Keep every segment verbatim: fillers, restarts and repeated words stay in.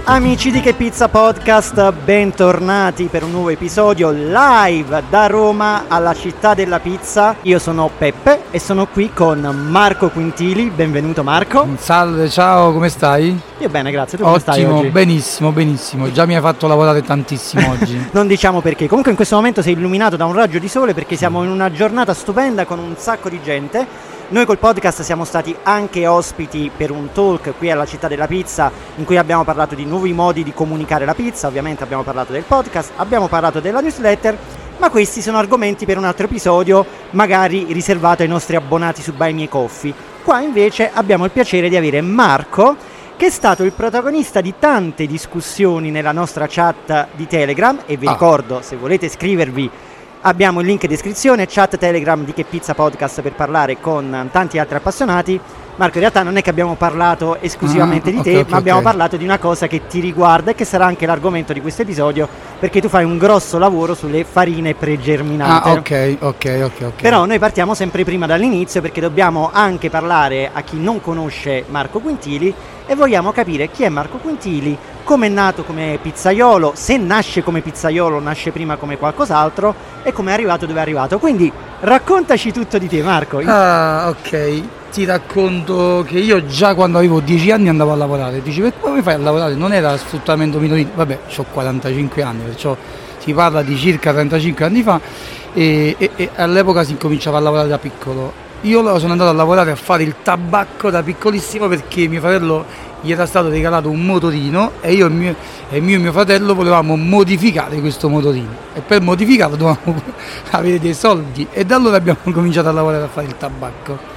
Amici di Che Pizza Podcast, bentornati per un nuovo episodio live da Roma alla città della pizza. Io sono Peppe e sono qui con Marco Quintili. Benvenuto Marco. Salve, ciao, come stai? Io bene, grazie. Tu come stai oggi? Ottimo, benissimo, benissimo. Già mi hai fatto lavorare tantissimo oggi. Non diciamo perché. Comunque in questo momento sei illuminato da un raggio di sole perché siamo in una giornata stupenda con un sacco di gente. Noi col podcast siamo stati anche ospiti per un talk qui alla città della pizza in cui abbiamo parlato di nuovi modi di comunicare la pizza, ovviamente abbiamo parlato del podcast, abbiamo parlato della newsletter, ma questi sono argomenti per un altro episodio magari riservato ai nostri abbonati su Buy Me Coffee. Qua invece abbiamo il piacere di avere Marco, che è stato il protagonista di tante discussioni nella nostra chat di Telegram e vi ah. ricordo, se volete iscrivervi, abbiamo il link in descrizione, chat Telegram di Che Pizza Podcast per parlare con tanti altri appassionati. Marco, in realtà non è che abbiamo parlato esclusivamente ah, di te, okay, okay, ma abbiamo okay. parlato di una cosa che ti riguarda e che sarà anche l'argomento di questo episodio, perché tu fai un grosso lavoro sulle farine pregerminate. Ah, ok, ok, ok, ok. Però noi partiamo sempre prima dall'inizio perché dobbiamo anche parlare a chi non conosce Marco Quintili e vogliamo capire chi è Marco Quintili, come è nato come pizzaiolo, se nasce come pizzaiolo, nasce prima come qualcos'altro e come è arrivato dove è arrivato. Quindi raccontaci tutto di te, Marco. Ah, ok. Ti racconto che io già quando avevo dieci anni andavo a lavorare. Dici, come fai a lavorare? Non era sfruttamento minorile. Vabbè, ho quarantacinque anni, perciò si parla di circa trentacinque anni fa e, e, e all'epoca si incominciava a lavorare da piccolo. Io sono andato a lavorare a fare il tabacco da piccolissimo perché mio fratello gli era stato regalato un motorino e io e mio, e mio, mio fratello volevamo modificare questo motorino e per modificarlo dovevamo avere dei soldi e da allora abbiamo cominciato a lavorare a fare il tabacco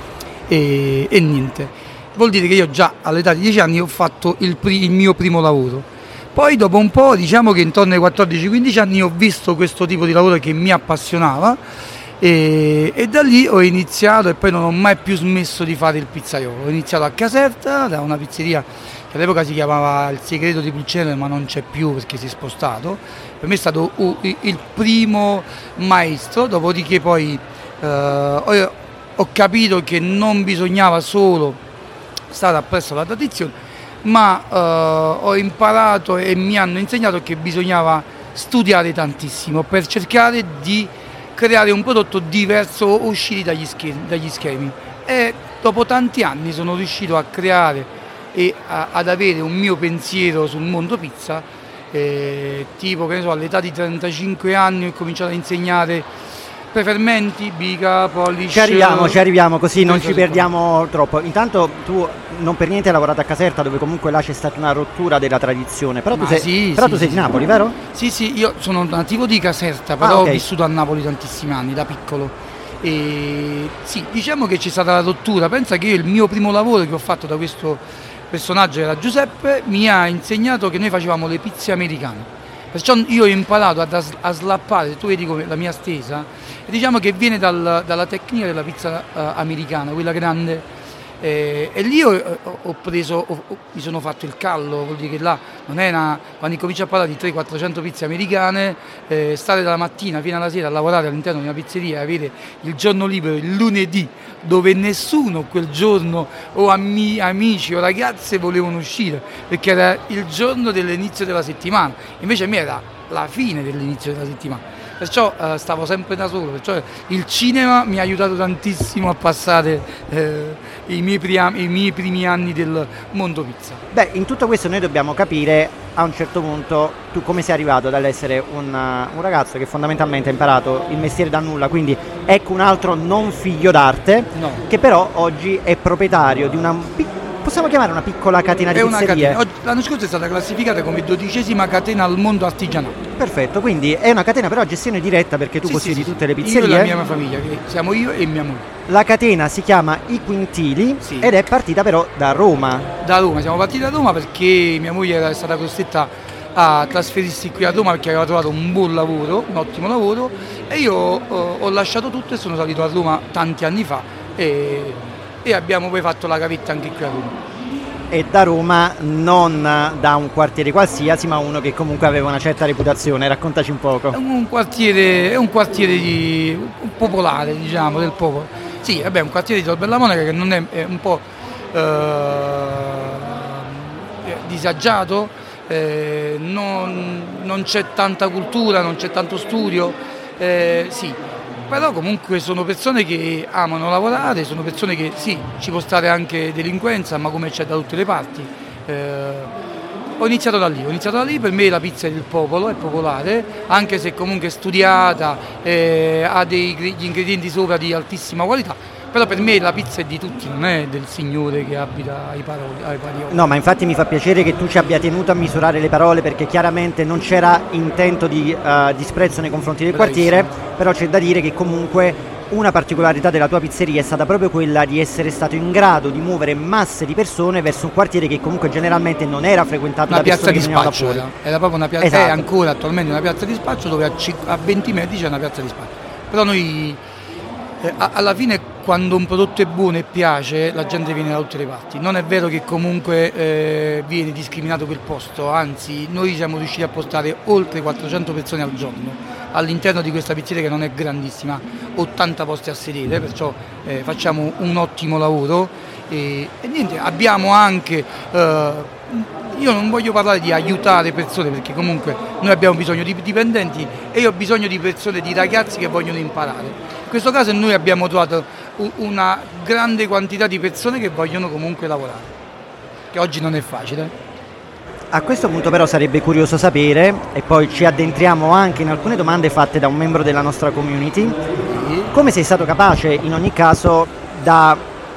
e, e niente, vuol dire che io già all'età di dieci anni ho fatto il, pri, il mio primo lavoro. Poi dopo un po', diciamo che intorno ai quattordici quindici anni ho visto questo tipo di lavoro che mi appassionava E, e da lì ho iniziato e poi non ho mai più smesso di fare il pizzaiolo. Ho iniziato a Caserta da una pizzeria che all'epoca si chiamava Il Segreto di Pulcinella, ma non c'è più perché si è spostato. Per me è stato uh, il primo maestro, dopodiché poi uh, ho, ho capito che non bisognava solo stare appresso alla tradizione, ma uh, ho imparato e mi hanno insegnato che bisognava studiare tantissimo per cercare di creare un prodotto diverso, uscire dagli schemi, dagli schemi. E dopo tanti anni sono riuscito a creare e a, ad avere un mio pensiero sul mondo pizza, eh, tipo che ne so, all'età di trentacinque anni ho cominciato a insegnare prefermenti, biga, polish. Ci arriviamo, ci arriviamo così non ci perdiamo troppo. Intanto tu non per niente hai lavorato a Caserta dove comunque là c'è stata una rottura della tradizione, però tu sei, sì, però sì, tu sei sì, di Napoli, vero? Sì, sì, io sono nativo di Caserta, però ah, okay. ho vissuto a Napoli tantissimi anni, da piccolo. E sì, diciamo che c'è stata la rottura. Pensa che io il mio primo lavoro che ho fatto da questo personaggio era Giuseppe, mi ha insegnato che noi facevamo le pizze americane. Perciò io ho imparato a, a slappare, tu vedi come la mia stesa, e diciamo che viene dal, dalla tecnica della pizza uh, americana, quella grande, eh, e lì ho, ho preso, ho, ho, mi sono fatto il callo, vuol dire che là non è una, quando incominci a parlare di trecento quattrocento pizze americane, eh, stare dalla mattina fino alla sera a lavorare all'interno di una pizzeria e avere il giorno libero, il lunedì, dove nessuno quel giorno o ami, amici o ragazze volevano uscire perché era il giorno dell'inizio della settimana, invece a me era la fine dell'inizio della settimana, perciò eh, stavo sempre da solo, perciò il cinema mi ha aiutato tantissimo a passare eh, i, miei priam, i miei primi anni del mondo pizza. Beh, in tutto questo noi dobbiamo capire a un certo punto tu come sei arrivato dall'essere un, uh, un ragazzo che fondamentalmente ha imparato il mestiere da nulla, quindi ecco un altro non figlio d'arte, no. che però oggi è proprietario di una piccola, possiamo chiamare una piccola catena di è pizzerie? Una catena. L'anno scorso è stata classificata come dodicesima catena al mondo artigianato. Perfetto, quindi è una catena però a gestione diretta perché tu sì, possiedi sì, tutte le pizzerie. Io e la mia famiglia, che siamo io e mia moglie. La catena si chiama I Quintili sì. ed è partita però da Roma. Da Roma, siamo partiti da Roma perché mia moglie era stata costretta a trasferirsi qui a Roma perché aveva trovato un buon lavoro, un ottimo lavoro, e io ho, ho lasciato tutto e sono salito a Roma tanti anni fa e, e abbiamo poi fatto la gavetta anche qui a Roma. E da Roma non da un quartiere qualsiasi, ma uno che comunque aveva una certa reputazione. Raccontaci un poco. È un quartiere, è un quartiere di, un popolare, diciamo, del popolo. Sì, vabbè, è un quartiere di Tor Bella Monaca che non è, è un po' eh, disagiato, eh, non, non c'è tanta cultura, non c'è tanto studio, eh, sì, però comunque sono persone che amano lavorare, sono persone che sì, ci può stare anche delinquenza, ma come c'è da tutte le parti. Eh, Ho iniziato da lì, ho iniziato da lì, per me la pizza è del popolo, è popolare, anche se comunque è studiata, eh, ha degli ingredienti sopra di altissima qualità, però per me la pizza è di tutti, non è del signore che abita ai paroli, ai parioli. No, ma infatti mi fa piacere che tu ci abbia tenuto a misurare le parole, perché chiaramente non c'era intento di uh, disprezzo nei confronti del Bravissimo. quartiere, però c'è da dire che comunque una particolarità della tua pizzeria è stata proprio quella di essere stato in grado di muovere masse di persone verso un quartiere che comunque generalmente non era frequentato Una da piazza persone di che venivano da spaccio, fuori. era, era proprio una piazza, Esatto. è ancora attualmente una piazza di spaccio dove a, c- a venti metri c'è una piazza di spaccio. Però noi eh, a- alla fine quando un prodotto è buono e piace la gente viene da tutte le parti. Non è vero che comunque eh, viene discriminato quel posto, anzi noi siamo riusciti a portare oltre quattrocento persone al giorno all'interno di questa pizzeria che non è grandissima, ottanta posti a sedere, perciò eh, facciamo un ottimo lavoro e, e niente, abbiamo anche, eh, io non voglio parlare di aiutare persone perché comunque noi abbiamo bisogno di dipendenti e io ho bisogno di persone, di ragazzi che vogliono imparare. In questo caso noi abbiamo trovato una grande quantità di persone che vogliono comunque lavorare, che oggi non è facile. A questo punto però sarebbe curioso sapere, e poi ci addentriamo anche in alcune domande fatte da un membro della nostra community, come sei stato capace in ogni caso da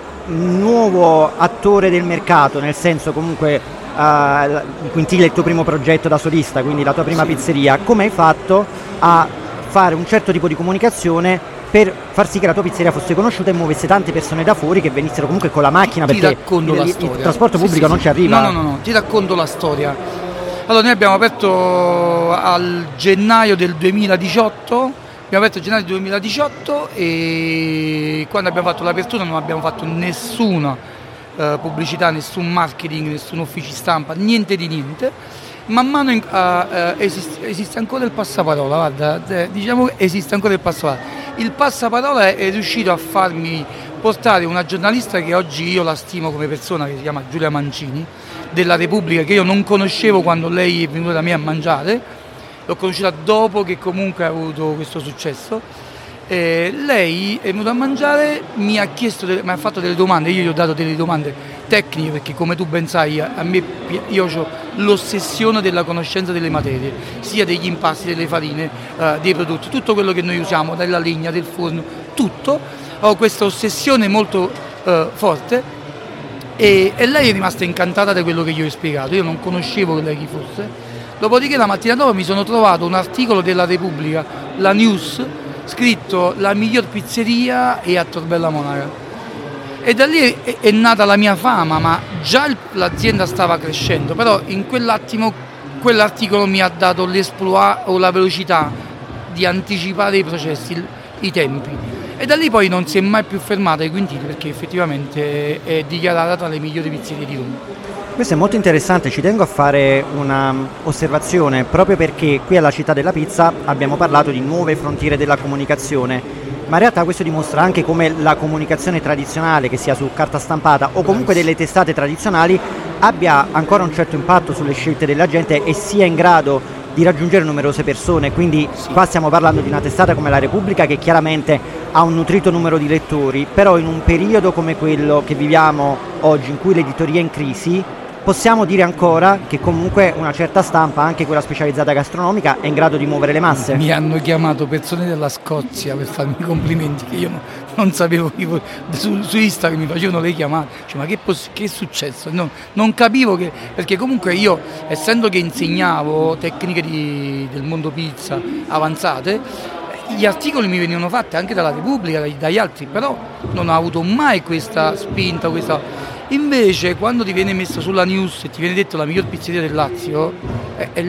nuovo attore del mercato, nel senso comunque uh, il Quintile è il tuo primo progetto da solista, quindi la tua prima Sì. pizzeria, come hai fatto a fare un certo tipo di comunicazione per far sì che la tua pizzeria fosse conosciuta e muovesse tante persone da fuori che venissero comunque con la macchina, Ti perché racconto il, la il storia. trasporto Sì, pubblico sì, non sì. ci arriva. No, no, no, ti racconto la storia. Allora, noi abbiamo aperto al gennaio del duemiladiciotto, abbiamo aperto gennaio del duemiladiciotto e quando abbiamo fatto l'apertura non abbiamo fatto nessuna eh, pubblicità, nessun marketing, nessun ufficio stampa, niente di niente. Man mano in, uh, uh, esiste, esiste ancora il passaparola, guarda, eh, diciamo che esiste ancora il passaparola. Il passaparola è, è riuscito a farmi portare una giornalista che oggi io la stimo come persona, che si chiama Giulia Mancini, della Repubblica, che io non conoscevo quando lei è venuta da me a mangiare, l'ho conosciuta dopo che comunque ha avuto questo successo. Eh, lei è venuta a mangiare, mi ha chiesto, delle, mi ha fatto delle domande, io gli ho dato delle domande tecniche perché come tu ben sai a me io ho l'ossessione della conoscenza delle materie, sia degli impasti, delle farine, eh, dei prodotti, tutto quello che noi usiamo, dalla legna, del forno, tutto, ho questa ossessione molto eh, forte e, e lei è rimasta incantata da quello che gli ho spiegato, io non conoscevo lei chi fosse, dopodiché la mattina dopo mi sono trovato un articolo della Repubblica, la News, scritto la miglior pizzeria è a Torbella Monaca e da lì è, è nata la mia fama, ma già il, l'azienda stava crescendo, però in quell'attimo quell'articolo mi ha dato l'esploit o la velocità di anticipare i processi, il, i tempi e da lì poi non si è mai più fermata ai Quintili perché effettivamente è, è dichiarata tra le migliori pizzerie di Roma. Questo è molto interessante, ci tengo a fare una osservazione proprio perché qui alla Città della Pizza abbiamo parlato di nuove frontiere della comunicazione, ma in realtà questo dimostra anche come la comunicazione tradizionale, che sia su carta stampata o comunque delle testate tradizionali, abbia ancora un certo impatto sulle scelte della gente e sia in grado di raggiungere numerose persone, quindi sì. Qua stiamo parlando di una testata come la Repubblica che chiaramente ha un nutrito numero di lettori, però in un periodo come quello che viviamo oggi in cui l'editoria è in crisi, possiamo dire ancora che comunque una certa stampa, anche quella specializzata gastronomica, è in grado di muovere le masse. Mi hanno chiamato persone della Scozia per farmi complimenti che io non, non sapevo, su, su Instagram mi facevano le chiamate, cioè, ma che, poss- che è successo? No, non capivo che, perché comunque io, essendo che insegnavo tecniche di, del mondo pizza avanzate, gli articoli mi venivano fatti anche dalla Repubblica, dagli, dagli altri, però non ho avuto mai questa spinta, questa... Invece quando ti viene messo sulla news e ti viene detto la miglior pizzeria del Lazio, e, e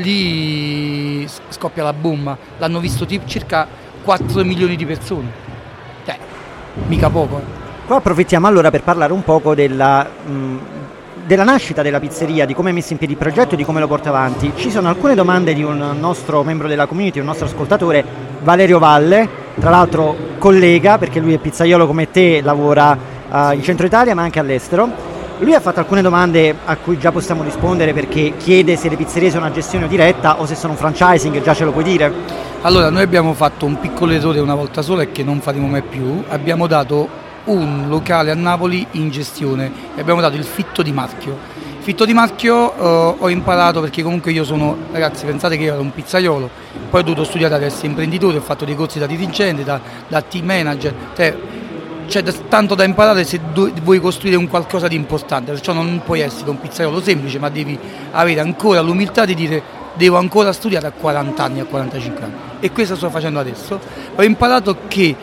lì scoppia la bomba, l'hanno visto tipo circa quattro milioni di persone, cioè mica poco. Eh. Qua approfittiamo allora per parlare un poco della, mh, della nascita della pizzeria, di come è messo in piedi il progetto e di come lo porta avanti. Ci sono alcune domande di un nostro membro della community, un nostro ascoltatore, Valerio Valle, tra l'altro collega perché lui è pizzaiolo come te, lavora Uh, in centro Italia ma anche all'estero, Lui ha fatto alcune domande a cui già possiamo rispondere, perché chiede se le pizzerie sono una gestione diretta o se sono un franchising, già ce lo puoi dire? Allora, noi abbiamo fatto un piccolo errore una volta sola e che non faremo mai più. Abbiamo dato un locale a Napoli in gestione e abbiamo dato il fitto di marchio. Il fitto di marchio eh, ho imparato perché comunque io sono, ragazzi, pensate che io ero un pizzaiolo, poi ho dovuto studiare ad essere imprenditore, ho fatto dei corsi da dirigente, da, da team manager, cioè, c'è tanto da imparare se vuoi costruire un qualcosa di importante, perciò non puoi essere un pizzaiolo semplice, ma devi avere ancora l'umiltà di dire devo ancora studiare a quaranta anni, a quarantacinque anni, e questo sto facendo adesso. Ho imparato che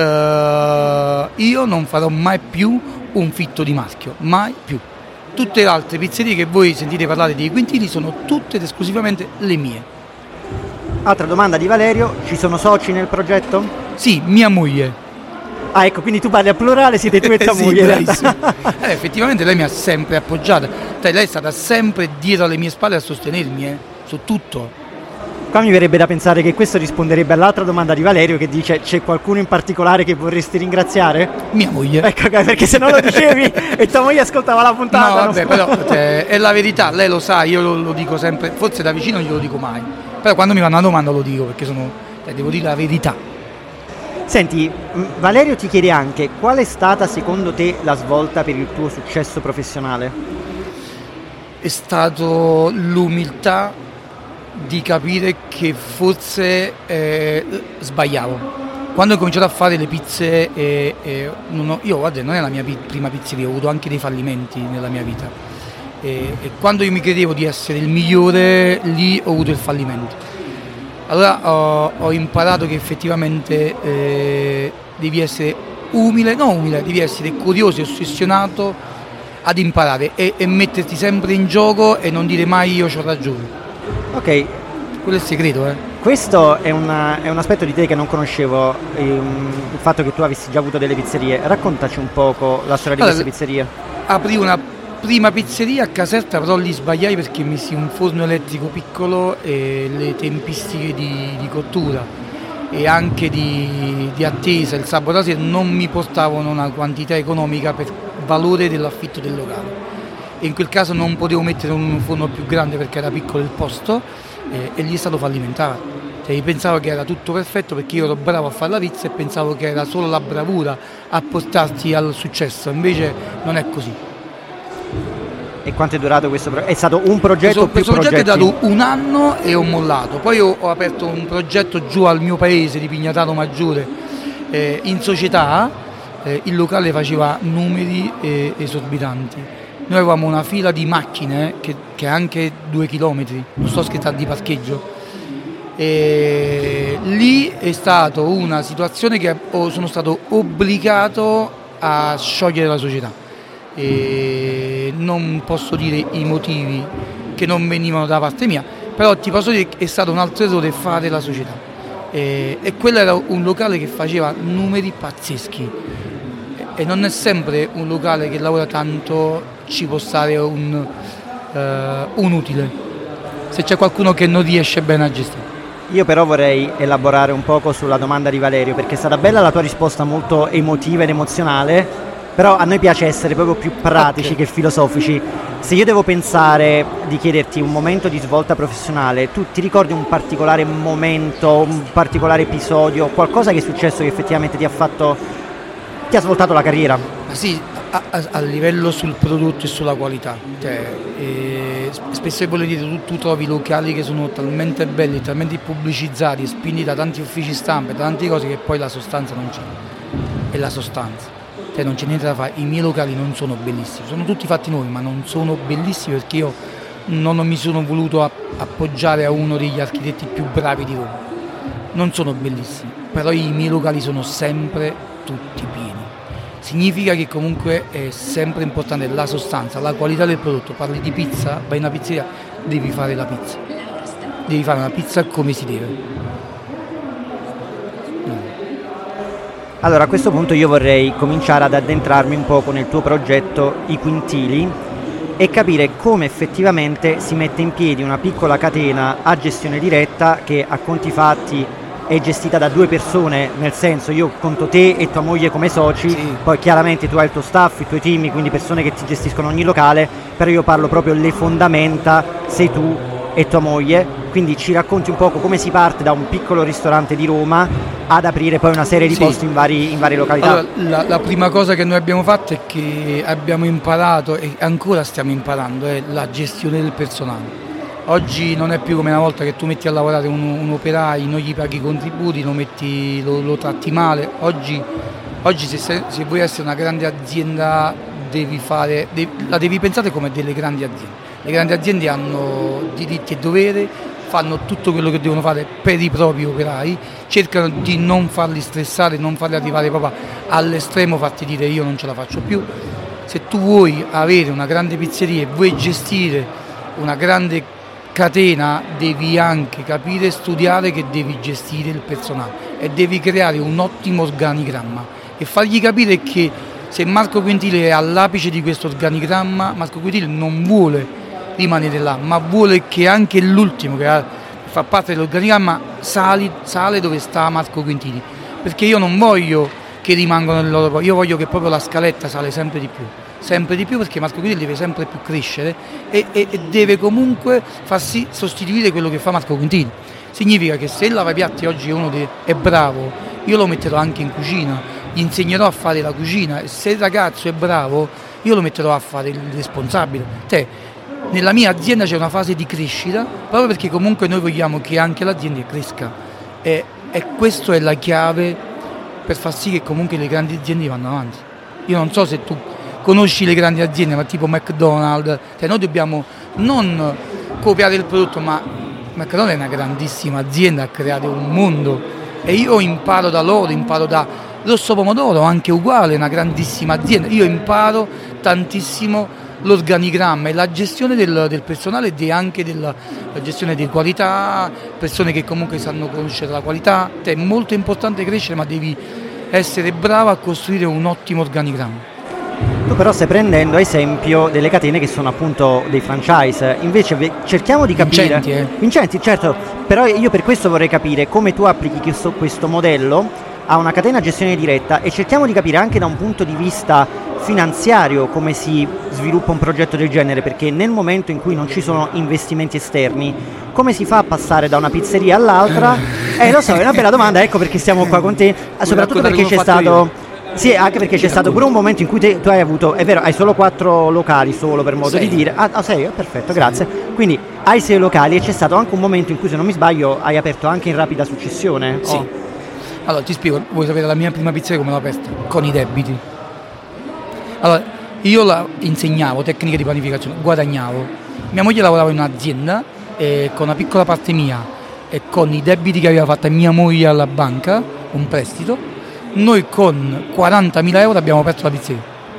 uh, io non farò mai più un fitto di marchio, mai più. Tutte le altre pizzerie che voi sentite parlare dei quintili sono tutte ed esclusivamente le mie. Altra domanda di Valerio: ci sono soci nel progetto? Sì, mia moglie. Ah, ecco, quindi tu parli a plurale, siete tu e tua sì, moglie. eh, effettivamente lei mi ha sempre appoggiata, cioè, lei è stata sempre dietro alle mie spalle a sostenermi, eh, su tutto. Qua mi verrebbe da pensare che questo risponderebbe all'altra domanda di Valerio, che dice: c'è qualcuno in particolare che vorresti ringraziare? Mia moglie. Ecco, perché se non lo dicevi e tua moglie ascoltava la puntata. No, vabbè, però cioè, è la verità, lei lo sa, io lo, lo dico sempre, forse da vicino non glielo dico mai, però quando mi fanno una domanda lo dico, perché sono, eh, devo dire la verità. Senti, Valerio ti chiede anche: qual è stata secondo te la svolta per il tuo successo professionale? È stato l'umiltà di capire che forse eh, sbagliavo. Quando ho cominciato a fare le pizze, eh, eh, non ho, io guarda, non è la mia pi- prima pizzeria, ho avuto anche dei fallimenti nella mia vita. E, e quando io mi credevo di essere il migliore, lì ho avuto il fallimento. Allora ho, ho imparato che effettivamente eh, devi essere umile, no umile, devi essere curioso e ossessionato ad imparare e, e metterti sempre in gioco e non dire mai io c'ho ragione. Ok. Quello è il segreto, eh. Questo è, una, è un aspetto di te che non conoscevo, ehm, il fatto che tu avessi già avuto delle pizzerie. Raccontaci un poco la storia di allora, queste pizzerie. Aprì una prima pizzeria a Caserta, però lì sbagliai perché messi un forno elettrico piccolo e le tempistiche di, di cottura e anche di, di attesa il sabato sera non mi portavano una quantità economica per valore dell'affitto del locale, e in quel caso non potevo mettere un forno più grande perché era piccolo il posto, e, e lì è stato fallimentare. Cioè, io pensavo che era tutto perfetto perché io ero bravo a fare la pizza e pensavo che era solo la bravura a portarti al successo, invece non è così. E quanto è durato questo progetto? È stato un progetto o più questo progetto progetti? è dato un anno e ho mollato, poi ho, ho aperto un progetto giù al mio paese di Pignataro Maggiore, eh, in società, eh, il locale faceva numeri eh, esorbitanti. Noi avevamo una fila di macchine che, che è anche due chilometri, non sto scherzando, di parcheggio. E lì è stata una situazione che sono stato obbligato a sciogliere la società. E non posso dire i motivi che non venivano da parte mia, però ti posso dire che è stato un altro errore fare la società, e, e quello era un locale che faceva numeri pazzeschi e, e non è sempre un locale che lavora tanto ci può stare un, uh, un utile se c'è qualcuno che non riesce bene a gestire. Io però vorrei elaborare un poco sulla domanda di Valerio, perché è stata bella la tua risposta, molto emotiva ed emozionale, però a noi piace essere proprio più pratici okay. che filosofici. Se io devo pensare di chiederti un momento di svolta professionale, tu ti ricordi un particolare momento, un particolare episodio, qualcosa che è successo che effettivamente ti ha fatto, ti ha svoltato la carriera? Ma sì, a, a, a livello sul prodotto e sulla qualità, cioè, e spesso e volentieri tu, tu trovi locali che sono talmente belli, talmente pubblicizzati, spinti da tanti uffici stampa, da tante cose, che poi la sostanza non c'è, è la sostanza. Cioè non c'è niente da fare, i miei locali non sono bellissimi, sono tutti fatti noi, ma non sono bellissimi perché io non mi sono voluto appoggiare a uno degli architetti più bravi di Roma. Non sono bellissimi, però i miei locali sono sempre tutti pieni. Significa che comunque è sempre importante la sostanza, la qualità del prodotto. Parli di pizza, vai in una pizzeria, devi fare la pizza. Devi fare una pizza come si deve. Allora, a questo punto io vorrei cominciare ad addentrarmi un poco nel tuo progetto I Quintili e capire come effettivamente si mette in piedi una piccola catena a gestione diretta che a conti fatti è gestita da due persone, nel senso io conto te e tua moglie come soci, sì. Poi chiaramente tu hai il tuo staff, i tuoi team, quindi persone che ti gestiscono ogni locale, però io parlo proprio le fondamenta, sei tu e tua moglie, quindi ci racconti un poco come si parte da un piccolo ristorante di Roma ad aprire poi una serie di sì. posti in, vari, in varie località. Allora, la, la prima cosa che noi abbiamo fatto è che abbiamo imparato e ancora stiamo imparando è la gestione del personale. Oggi non è più come una volta che tu metti a lavorare un, un operaio, non gli paghi i contributi, lo, metti, lo, lo tratti male. Oggi, oggi se, se vuoi essere una grande azienda devi fare, devi, la devi pensare come delle grandi aziende. Le grandi aziende hanno diritti e doveri, fanno tutto quello che devono fare per i propri operai, cercano di non farli stressare, non farli arrivare proprio all'estremo, farti dire io non ce la faccio più. Se tu vuoi avere una grande pizzeria e vuoi gestire una grande catena, devi anche capire e studiare che devi gestire il personale e devi creare un ottimo organigramma e fargli capire che se Marco Quintile è all'apice di questo organigramma, Marco Quintile non vuole rimanere là, ma vuole che anche l'ultimo che fa parte dell'organigramma sali, sale dove sta Marco Quintili, perché io non voglio che rimangano nel loro posto, io voglio che proprio la scaletta sale sempre di più. sempre di più perché Marco Quintili deve sempre più crescere e, e, e deve comunque farsi sostituire quello che fa Marco Quintili. Significa che se il lavapiatti oggi è uno che è bravo, io lo metterò anche in cucina, gli insegnerò a fare la cucina e se il ragazzo è bravo io lo metterò a fare il responsabile. Cioè, nella mia azienda c'è una fase di crescita proprio perché comunque noi vogliamo che anche l'azienda cresca e, e questa è la chiave per far sì che comunque le grandi aziende vanno avanti. Io non so se tu conosci le grandi aziende, ma tipo McDonald's, cioè noi dobbiamo non copiare il prodotto, ma McDonald's è una grandissima azienda, ha creato un mondo e io imparo da loro, imparo da Rosso Pomodoro, anche uguale, una grandissima azienda, io imparo tantissimo l'organigramma e la gestione del, del personale e anche della la gestione di qualità, persone che comunque sanno conoscere la qualità, cioè, è molto importante crescere, ma devi essere bravo a costruire un ottimo organigramma. Tu però stai prendendo esempio delle catene che sono appunto dei franchise, invece cerchiamo di capire... Vincenti, eh. Vincenti, certo, però io per questo vorrei capire come tu applichi questo, questo modello a una catena a gestione diretta e cerchiamo di capire anche da un punto di vista finanziario come si sviluppa un progetto del genere, perché nel momento in cui non ci sono investimenti esterni, come si fa a passare da una pizzeria all'altra? Eh lo so, è una bella domanda, ecco perché siamo qua con te, soprattutto perché c'è stato... Io. Sì, anche perché c'è stato pure un momento in cui te, tu hai avuto, è vero, hai solo quattro locali solo per modo sei. di dire. Ah, oh, sei, perfetto, sei. Grazie. Quindi hai sei locali e c'è stato anche un momento in cui, se non mi sbaglio, hai aperto anche in rapida successione. Sì. Oh. Allora, ti spiego, vuoi sapere la mia prima pizzeria come l'ho aperta? Con i debiti. Allora, io la insegnavo tecniche di panificazione, guadagnavo. Mia moglie lavorava in un'azienda e con una piccola parte mia e con i debiti che aveva fatto mia moglie alla banca, un prestito, noi con quarantamila euro abbiamo aperto la pizzeria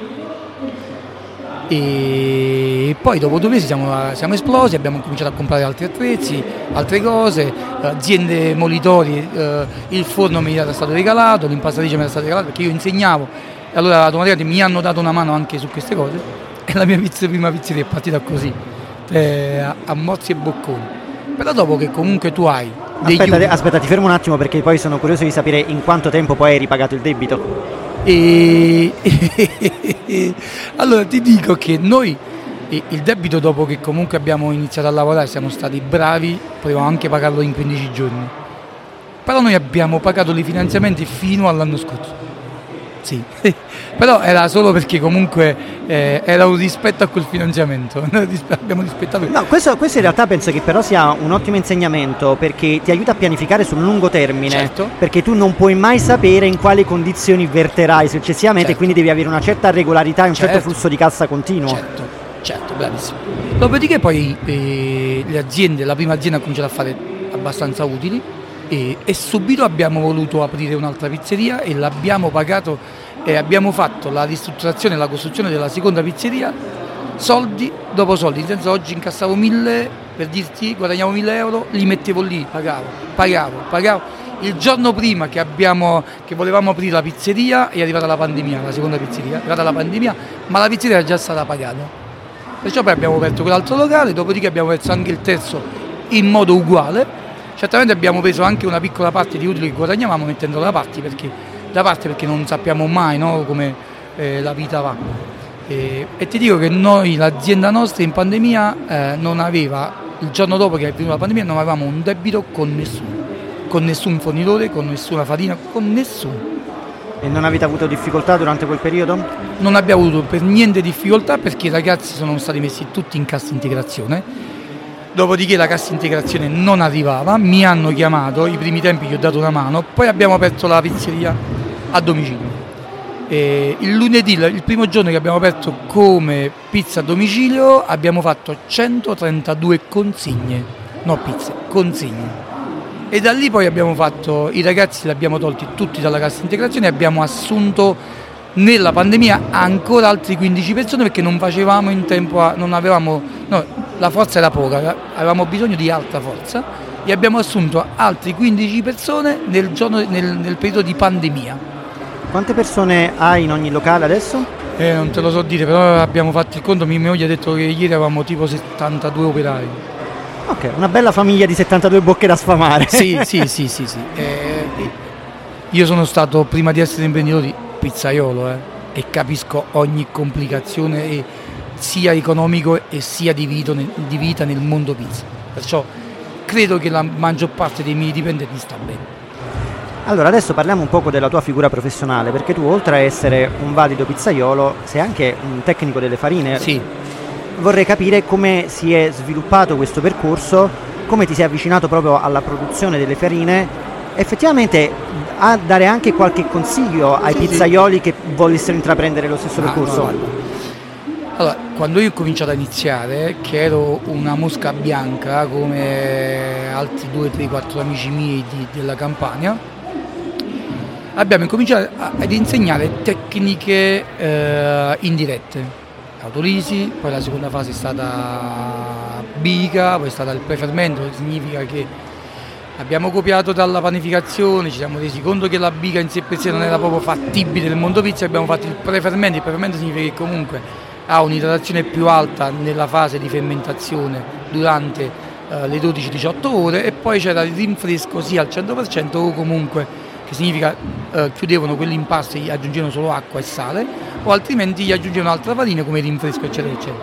e poi dopo due mesi siamo, siamo esplosi, abbiamo cominciato a comprare altri attrezzi, altre cose, aziende molitori, eh, il forno mi era stato regalato, l'impastatrice mi era stato regalato perché io insegnavo e allora automaticamente mi hanno dato una mano anche su queste cose e la mia pizzeria, prima pizzeria è partita così, eh, a, a mozzi e bocconi. Però dopo che comunque tu hai Aspetta, te, aspetta, ti fermo un attimo perché poi sono curioso di sapere in quanto tempo poi hai ripagato il debito. E... allora ti dico che noi il debito, dopo che comunque abbiamo iniziato a lavorare, siamo stati bravi, potevamo anche pagarlo in quindici giorni. Però noi abbiamo pagato i finanziamenti fino all'anno scorso. Sì, però era solo perché comunque eh, era un rispetto a quel finanziamento, abbiamo rispettato. No, questo, questo in realtà penso che però sia un ottimo insegnamento perché ti aiuta a pianificare sul lungo termine, certo. Perché tu non puoi mai sapere in quali condizioni verterai successivamente, certo. Quindi devi avere una certa regolarità e un certo, certo flusso di cassa continuo. Certo, certo, bravissimo. Dopodiché poi eh, le aziende, la prima azienda ha cominciato a fare abbastanza utili. E, e subito abbiamo voluto aprire un'altra pizzeria e l'abbiamo pagato e abbiamo fatto la ristrutturazione e la costruzione della seconda pizzeria soldi dopo soldi, nel senso oggi incassavo mille, per dirti guadagnavo mille euro, li mettevo lì, pagavo, pagavo, pagavo. Il giorno prima che, abbiamo, che volevamo aprire la pizzeria è arrivata la pandemia, la seconda pizzeria, è arrivata la pandemia, ma la pizzeria era già stata pagata, perciò poi abbiamo aperto quell'altro locale, dopodiché abbiamo aperto anche il terzo in modo uguale. Certamente abbiamo preso anche una piccola parte di utile che guadagnavamo mettendola da parte perché, da parte perché non sappiamo mai, no, come eh, la vita va. E, e ti dico che noi, l'azienda nostra in pandemia eh, non aveva, il giorno dopo che è venuta la pandemia, non avevamo un debito con nessuno, con nessun fornitore, con nessuna farina, con nessuno. E non avete avuto difficoltà durante quel periodo? Non abbiamo avuto per niente difficoltà perché i ragazzi sono stati messi tutti in cassa integrazione, dopodiché la cassa integrazione non arrivava, mi hanno chiamato, i primi tempi gli ho dato una mano, poi abbiamo aperto la pizzeria a domicilio. E il lunedì, il primo giorno che abbiamo aperto come pizza a domicilio, abbiamo fatto centotrentadue consegne, no pizze, consegne. E da lì poi abbiamo fatto, i ragazzi li abbiamo tolti tutti dalla cassa integrazione e abbiamo assunto nella pandemia ancora altri quindici persone perché non facevamo in tempo, a, non avevamo, no, la forza era poca, avevamo bisogno di altra forza e abbiamo assunto altri quindici persone nel, giorno, nel, nel periodo di pandemia. Quante persone hai in ogni locale adesso? Eh, non te lo so dire, però abbiamo fatto il conto, mia moglie ha detto che ieri avevamo tipo settantadue operai. Ok, una bella famiglia di settantadue bocche da sfamare. Sì, sì, sì, sì, sì. Eh, io sono stato, prima di essere imprenditore, pizzaiolo eh, e capisco ogni complicazione e sia economico e sia di vita, di vita nel mondo pizza. Perciò credo che la maggior parte dei miei dipendenti sta bene. Allora adesso parliamo un poco della tua figura professionale, perché tu oltre a essere un valido pizzaiolo sei anche un tecnico delle farine. Sì. Vorrei capire come si è sviluppato questo percorso, come ti sei avvicinato proprio alla produzione delle farine, effettivamente a dare anche qualche consiglio ai pizzaioli che volessero intraprendere lo stesso ah, percorso. No, no. Allora, quando io ho cominciato a iniziare, che ero una mosca bianca come altri due, tre, quattro amici miei di, della Campania, abbiamo incominciato ad insegnare tecniche eh, indirette. Autolisi, poi la seconda fase è stata bica, poi è stata il prefermento, che significa che abbiamo copiato dalla panificazione, ci siamo resi conto che la bica in sé per sé non era proprio fattibile nel mondo pizza, abbiamo fatto il prefermento. Il prefermento significa che comunque ha un'idratazione più alta nella fase di fermentazione durante eh, le dodici diciotto ore e poi c'era il rinfresco sia al cento per cento o comunque, che significa eh, chiudevano quell'impasto e gli aggiungevano solo acqua e sale o altrimenti gli aggiungevano altra farina come rinfresco eccetera eccetera.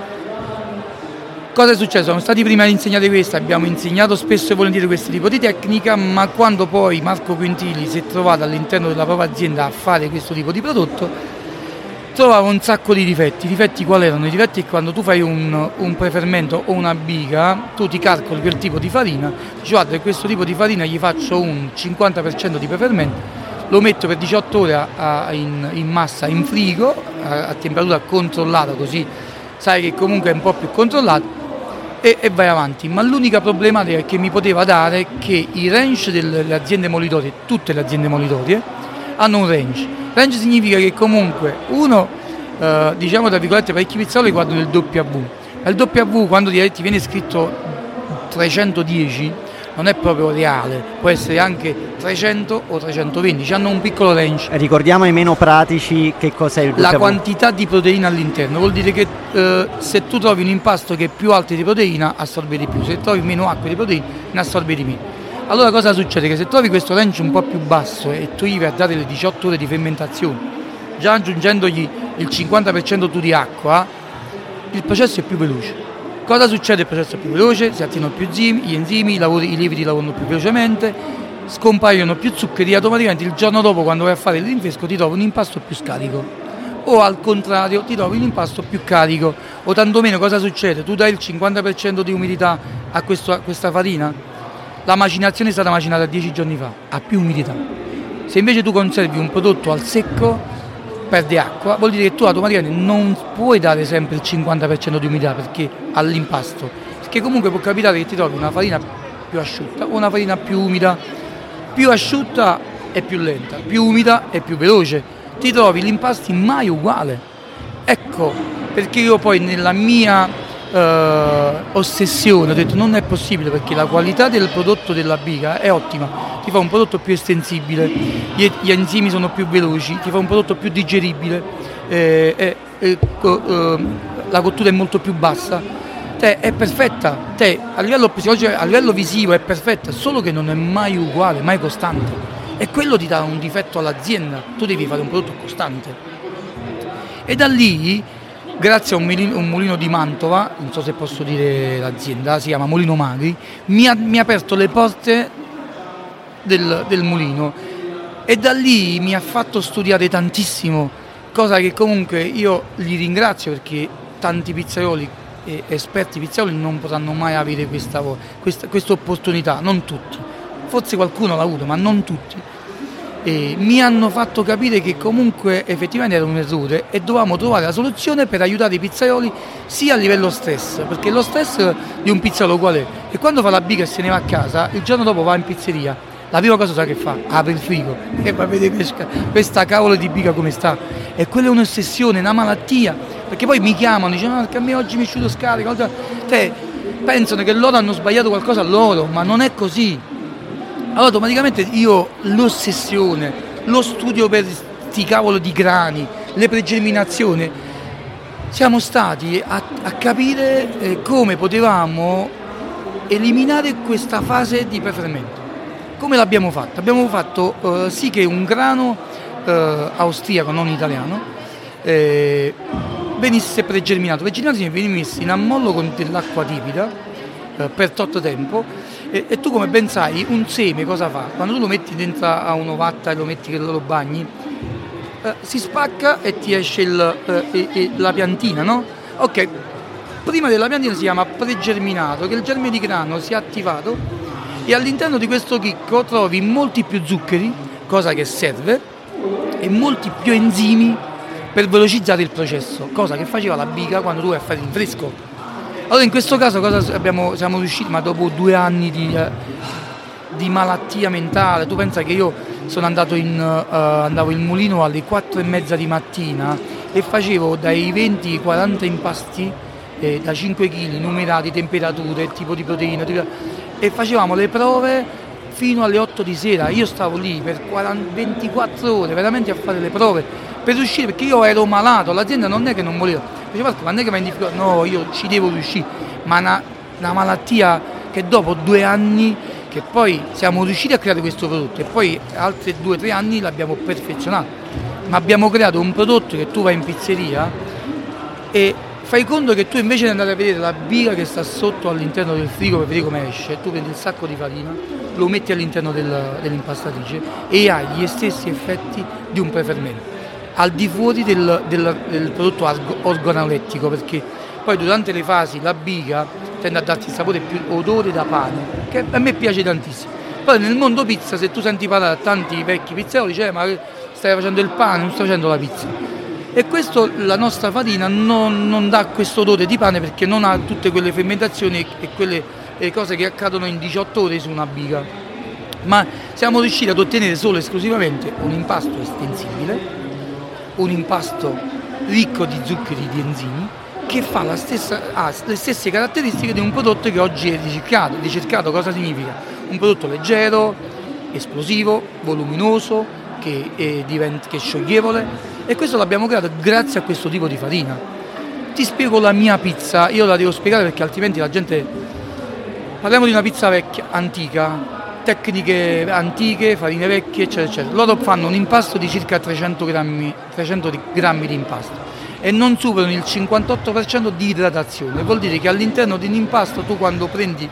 Cosa è successo? Siamo stati prima ad insegnare questo, abbiamo insegnato spesso e volentieri questo tipo di tecnica, ma quando poi Marco Quintili si è trovato all'interno della propria azienda a fare questo tipo di prodotto trovava un sacco di difetti. I difetti quali erano? I difetti è che quando tu fai un, un prefermento o una biga, tu ti calcoli quel tipo di farina, dici guarda, per questo tipo di farina gli faccio un cinquanta per cento di prefermento, lo metto per diciotto ore a, a, in, in massa in frigo a, a temperatura controllata, così sai che comunque è un po' più controllato e, e vai avanti. Ma l'unica problematica che mi poteva dare è che i range delle aziende molitorie, tutte le aziende molitorie, hanno un range. Range significa che comunque uno, eh, diciamo tra virgolette, parecchi pizzaioli guardano il W. Il W quando ti viene scritto trecentodieci non è proprio reale, può essere anche trecento o trecentoventi, hanno un piccolo range. Ricordiamo ai meno pratici che cos'è il W. La quantità di proteina all'interno, vuol dire che eh, se tu trovi un impasto che è più alto di proteina assorbe di più, se trovi meno acqua di proteina ne assorbe di meno. Allora cosa succede? Che se trovi questo range un po' più basso e tu gli vai a dare le diciotto ore di fermentazione, già aggiungendogli il cinquanta per cento tu di acqua, il processo è più veloce. Cosa succede? Il processo è più veloce, si attivano più enzimi, gli enzimi, i, lavori, i lieviti lavorano più velocemente, scompaiono più zuccheri, automaticamente il giorno dopo quando vai a fare il rinfresco ti trovi un impasto più scarico. O al contrario ti trovi un impasto più carico, o tantomeno cosa succede? Tu dai il cinquanta per cento di umidità a, questo, a questa farina, la macinazione è stata macinata dieci giorni fa, ha più umidità. Se invece tu conservi un prodotto al secco, perde acqua, vuol dire che tu automaticamente non puoi dare sempre il cinquanta per cento di umidità perché all'impasto, perché comunque può capitare che ti trovi una farina più asciutta o una farina più umida. Più asciutta è più lenta, più umida è più veloce, ti trovi l'impasto mai uguale. Ecco perché io poi nella mia Uh, ossessione ho detto non è possibile, perché la qualità del prodotto della biga è ottima, ti fa un prodotto più estensibile, gli, gli enzimi sono più veloci, ti fa un prodotto più digeribile, eh, eh, eh, uh, la cottura è molto più bassa, te è perfetta, te a livello psicologico, a livello visivo è perfetta, solo che non è mai uguale, mai costante, e quello ti dà un difetto all'azienda. Tu devi fare un prodotto costante, e da lì, grazie a un mulino, un mulino di Mantova, non so se posso dire l'azienda, si chiama Mulino Magri, mi ha, mi ha aperto le porte del, del mulino, e da lì mi ha fatto studiare tantissimo, cosa che comunque io li ringrazio, perché tanti pizzaioli e esperti pizzaioli non potranno mai avere questa, questa, questa opportunità, non tutti, forse qualcuno l'ha avuto ma non tutti, e mi hanno fatto capire che comunque effettivamente era un errore e dovevamo trovare la soluzione per aiutare i pizzaioli sia a livello stress, perché lo stress di un pizzaiolo qual è? Che quando fa la biga e se ne va a casa, il giorno dopo va in pizzeria, la prima cosa sa che fa? Apre il frigo e va a vedere questa, questa cavolo di biga come sta, e quella è un'ossessione, una malattia, perché poi mi chiamano, dicono no, perché a me oggi mi è uscito scarico, cioè, pensano che loro hanno sbagliato qualcosa a loro, ma non è così. Allora automaticamente io l'ossessione, lo studio per sti cavolo di grani, le pregerminazioni, siamo stati a, a capire eh, come potevamo eliminare questa fase di preferimento. Come l'abbiamo fatto? Abbiamo fatto eh, sì che un grano eh, austriaco, non italiano, eh, venisse pregerminato. Pregerminato significa venire messo in ammollo con dell'acqua tiepida eh, per tot tempo, e, e tu come ben sai un seme cosa fa? Quando tu lo metti dentro a un'ovatta e lo metti che lo bagni, eh, si spacca e ti esce il, eh, e, la piantina, no? Ok, prima della piantina si chiama pregerminato, che il germe di grano si è attivato e all'interno di questo chicco trovi molti più zuccheri, cosa che serve, e molti più enzimi per velocizzare il processo, cosa che faceva la biga quando tu vai a fare il fresco. Allora in questo caso cosa abbiamo, siamo riusciti, ma dopo due anni di, eh, di malattia mentale, tu pensa che io sono andato in, uh, andavo in mulino alle quattro e mezza di mattina e facevo dai venti ai quaranta impasti eh, da cinque chili, numerati, temperature, tipo di proteina, tipo, e facevamo le prove fino alle otto di sera. Io stavo lì per quaranta, ventiquattro ore veramente a fare le prove per riuscire, perché io ero malato, l'azienda non è che non voleva, diceva ma non è che va in difficoltà, no, io ci devo riuscire, ma una, una malattia che dopo due anni che poi siamo riusciti a creare questo prodotto e poi altri due o tre anni l'abbiamo perfezionato, ma abbiamo creato un prodotto che tu vai in pizzeria e fai conto che tu invece di andare a vedere la biga che sta sotto all'interno del frigo per vedere come esce, tu prendi il sacco di farina, lo metti all'interno del, dell'impastatrice e hai gli stessi effetti di un prefermento, al di fuori del, del, del prodotto organolettico, perché poi durante le fasi la biga tende a darti il sapore più odore da pane, che a me piace tantissimo. Poi nel mondo pizza, se tu senti parlare a tanti vecchi pizzaioli, dice, ma stai facendo il pane, non stai facendo la pizza. E questo, la nostra farina non, non dà questo odore di pane perché non ha tutte quelle fermentazioni e quelle eh, cose che accadono in diciotto ore su una biga. Ma siamo riusciti ad ottenere solo e esclusivamente un impasto estensibile, un impasto ricco di zuccheri, di enzimi, che fa la stessa, ha le stesse caratteristiche di un prodotto che oggi è ricercato. Ricercato cosa significa? Un prodotto leggero, esplosivo, voluminoso, che è, diventa, che è scioglievole, e questo l'abbiamo creato grazie a questo tipo di farina. Ti spiego la mia pizza, io la devo spiegare perché altrimenti la gente... Parliamo di una pizza vecchia, antica, tecniche antiche, farine vecchie, eccetera, eccetera. Loro fanno un impasto di circa trecento grammi, trecento grammi di impasto e non superano il cinquantotto per cento di idratazione. Vuol dire che all'interno di un impasto tu quando prendi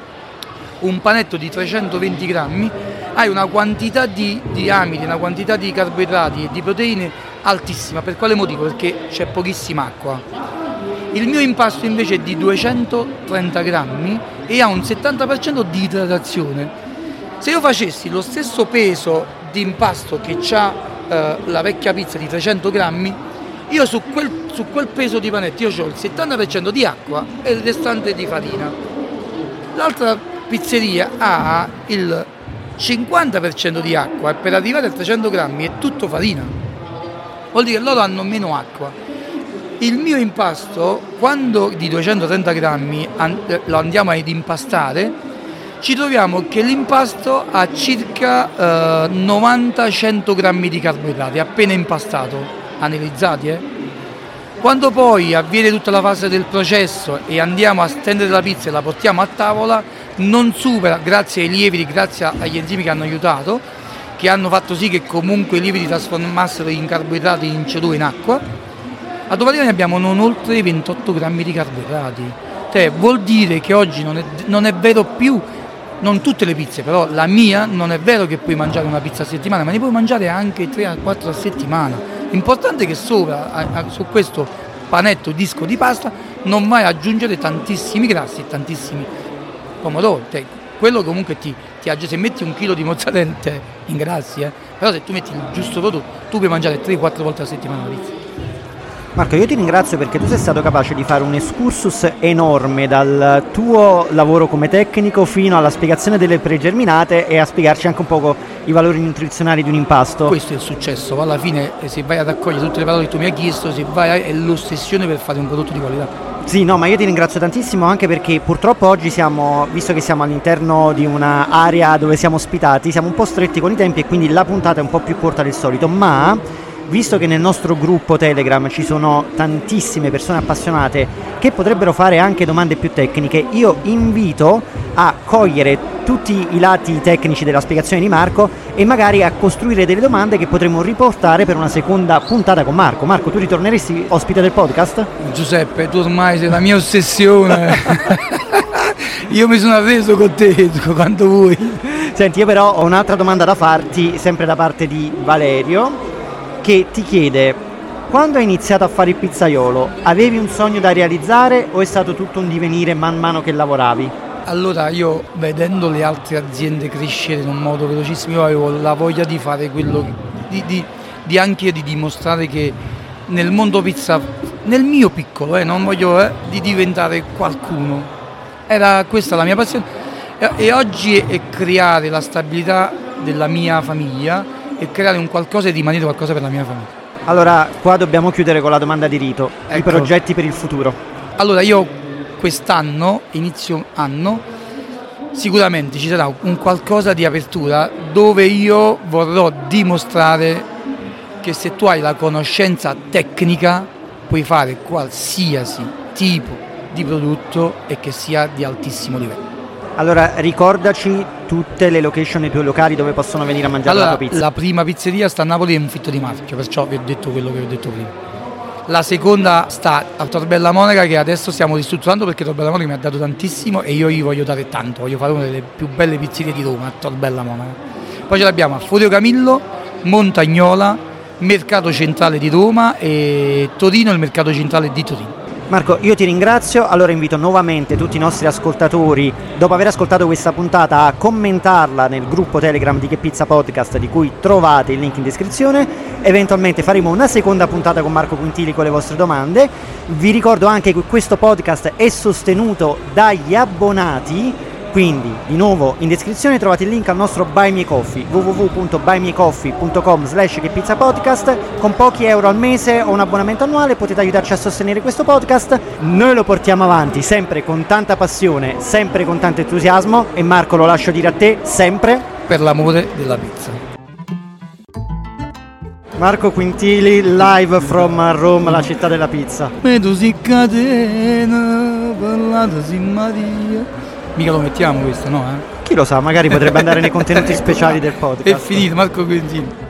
un panetto di trecentoventi grammi hai una quantità di, di amidi, una quantità di carboidrati e di proteine altissima. Per quale motivo? Perché c'è pochissima acqua. Il mio impasto invece è di duecentotrenta grammi e ha un settanta per cento di idratazione. Se io facessi lo stesso peso di impasto che ha eh, la vecchia pizza di trecento grammi, io su quel, su quel peso di panetti io ho il settanta per cento di acqua e il restante di farina. L'altra pizzeria ha il cinquanta per cento di acqua e per arrivare a trecento grammi è tutto farina. Vuol dire che loro hanno meno acqua. Il mio impasto, quando di duecentotrenta grammi lo andiamo ad impastare, ci troviamo che l'impasto ha circa eh, novanta cento grammi di carboidrati appena impastato, analizzati, eh? Quando poi avviene tutta la fase del processo e andiamo a stendere la pizza e la portiamo a tavola, non supera, grazie ai lieviti, grazie agli enzimi che hanno aiutato, che hanno fatto sì che comunque i lieviti trasformassero in carboidrati in C O due in acqua, a Dovatina ne abbiamo non oltre i ventotto grammi di carboidrati. Cioè, vuol dire che oggi non è, non è vero più, non tutte le pizze, però la mia non è vero che puoi mangiare una pizza a settimana, ma ne puoi mangiare anche tre a quattro a settimana. L'importante è che sopra, a, a, su questo panetto disco di pasta, non vai ad aggiungere tantissimi grassi e tantissimi pomodori. Cioè, quello comunque ti, ti aggiunge, se metti un chilo di mozzarella in grassi, eh, però se tu metti il giusto prodotto, tu puoi mangiare tre quattro volte a settimana la pizza. Marco, io ti ringrazio perché tu sei stato capace di fare un excursus enorme dal tuo lavoro come tecnico fino alla spiegazione delle pregerminate e a spiegarci anche un poco i valori nutrizionali di un impasto. Questo è il successo, alla fine se vai ad accogliere tutte le parole che tu mi hai chiesto, se vai a, è l'ossessione per fare un prodotto di qualità. Sì, no, ma io ti ringrazio tantissimo anche perché purtroppo oggi siamo, visto che siamo all'interno di un'area dove siamo ospitati, siamo un po' stretti con i tempi e quindi la puntata è un po' più corta del solito, ma visto che nel nostro gruppo Telegram ci sono tantissime persone appassionate che potrebbero fare anche domande più tecniche, io invito a cogliere tutti i lati tecnici della spiegazione di Marco e magari a costruire delle domande che potremo riportare per una seconda puntata con Marco. Marco, tu ritorneresti ospite del podcast? Giuseppe, tu ormai sei la mia ossessione. Io mi sono arreso con te, quanto vuoi. Senti, io però ho un'altra domanda da farti, sempre da parte di Valerio, che ti chiede: quando hai iniziato a fare il pizzaiolo, avevi un sogno da realizzare o è stato tutto un divenire man mano che lavoravi? Allora, io vedendo le altre aziende crescere in un modo velocissimo, io avevo la voglia di fare quello, di, di, di anche di dimostrare che nel mondo pizza, nel mio piccolo, eh, non voglio eh, di diventare qualcuno. Era questa la mia passione e, e oggi è, è creare la stabilità della mia famiglia e creare un qualcosa e rimanere qualcosa per la mia famiglia. Allora, qua dobbiamo chiudere con la domanda di rito, ecco. I progetti per il futuro. Allora, io quest'anno, inizio anno, sicuramente ci sarà un qualcosa di apertura dove io vorrò dimostrare che se tu hai la conoscenza tecnica puoi fare qualsiasi tipo di prodotto e che sia di altissimo livello. Allora, ricordaci tutte le location dei tuoi locali dove possono venire a mangiare allora, la tua pizza. La prima pizzeria sta a Napoli, è un fitto di marchio, perciò vi ho detto quello che vi ho detto prima. La seconda sta a Torbella Monaca, che adesso stiamo ristrutturando perché Torbella Monaca mi ha dato tantissimo e io gli voglio dare tanto, voglio fare una delle più belle pizzerie di Roma, a Torbella Monaca. Poi ce l'abbiamo a Forio Camillo, Montagnola, Mercato Centrale di Roma e Torino, il Mercato Centrale di Torino. Marco, io ti ringrazio, allora invito nuovamente tutti i nostri ascoltatori, dopo aver ascoltato questa puntata, a commentarla nel gruppo Telegram di Che Pizza Podcast, di cui trovate il link in descrizione. Eventualmente faremo una seconda puntata con Marco Quintili con le vostre domande. Vi ricordo anche che questo podcast è sostenuto dagli abbonati, quindi di nuovo in descrizione trovate il link al nostro Buy Me Coffee, w w w punto buy me coffee punto com slash che pizza podcast. Con pochi euro al mese o un abbonamento annuale potete aiutarci a sostenere questo podcast. Noi lo portiamo avanti sempre con tanta passione, sempre con tanto entusiasmo e Marco, lo lascio dire a te, sempre per l'amore della pizza. Marco Quintili, live from Rome, la città della pizza. Vedo si catena, parlata si Maria. Mica lo mettiamo questo, no? Eh? Chi lo sa, magari potrebbe andare nei contenuti speciali del podcast. È finito, Marco Quintili.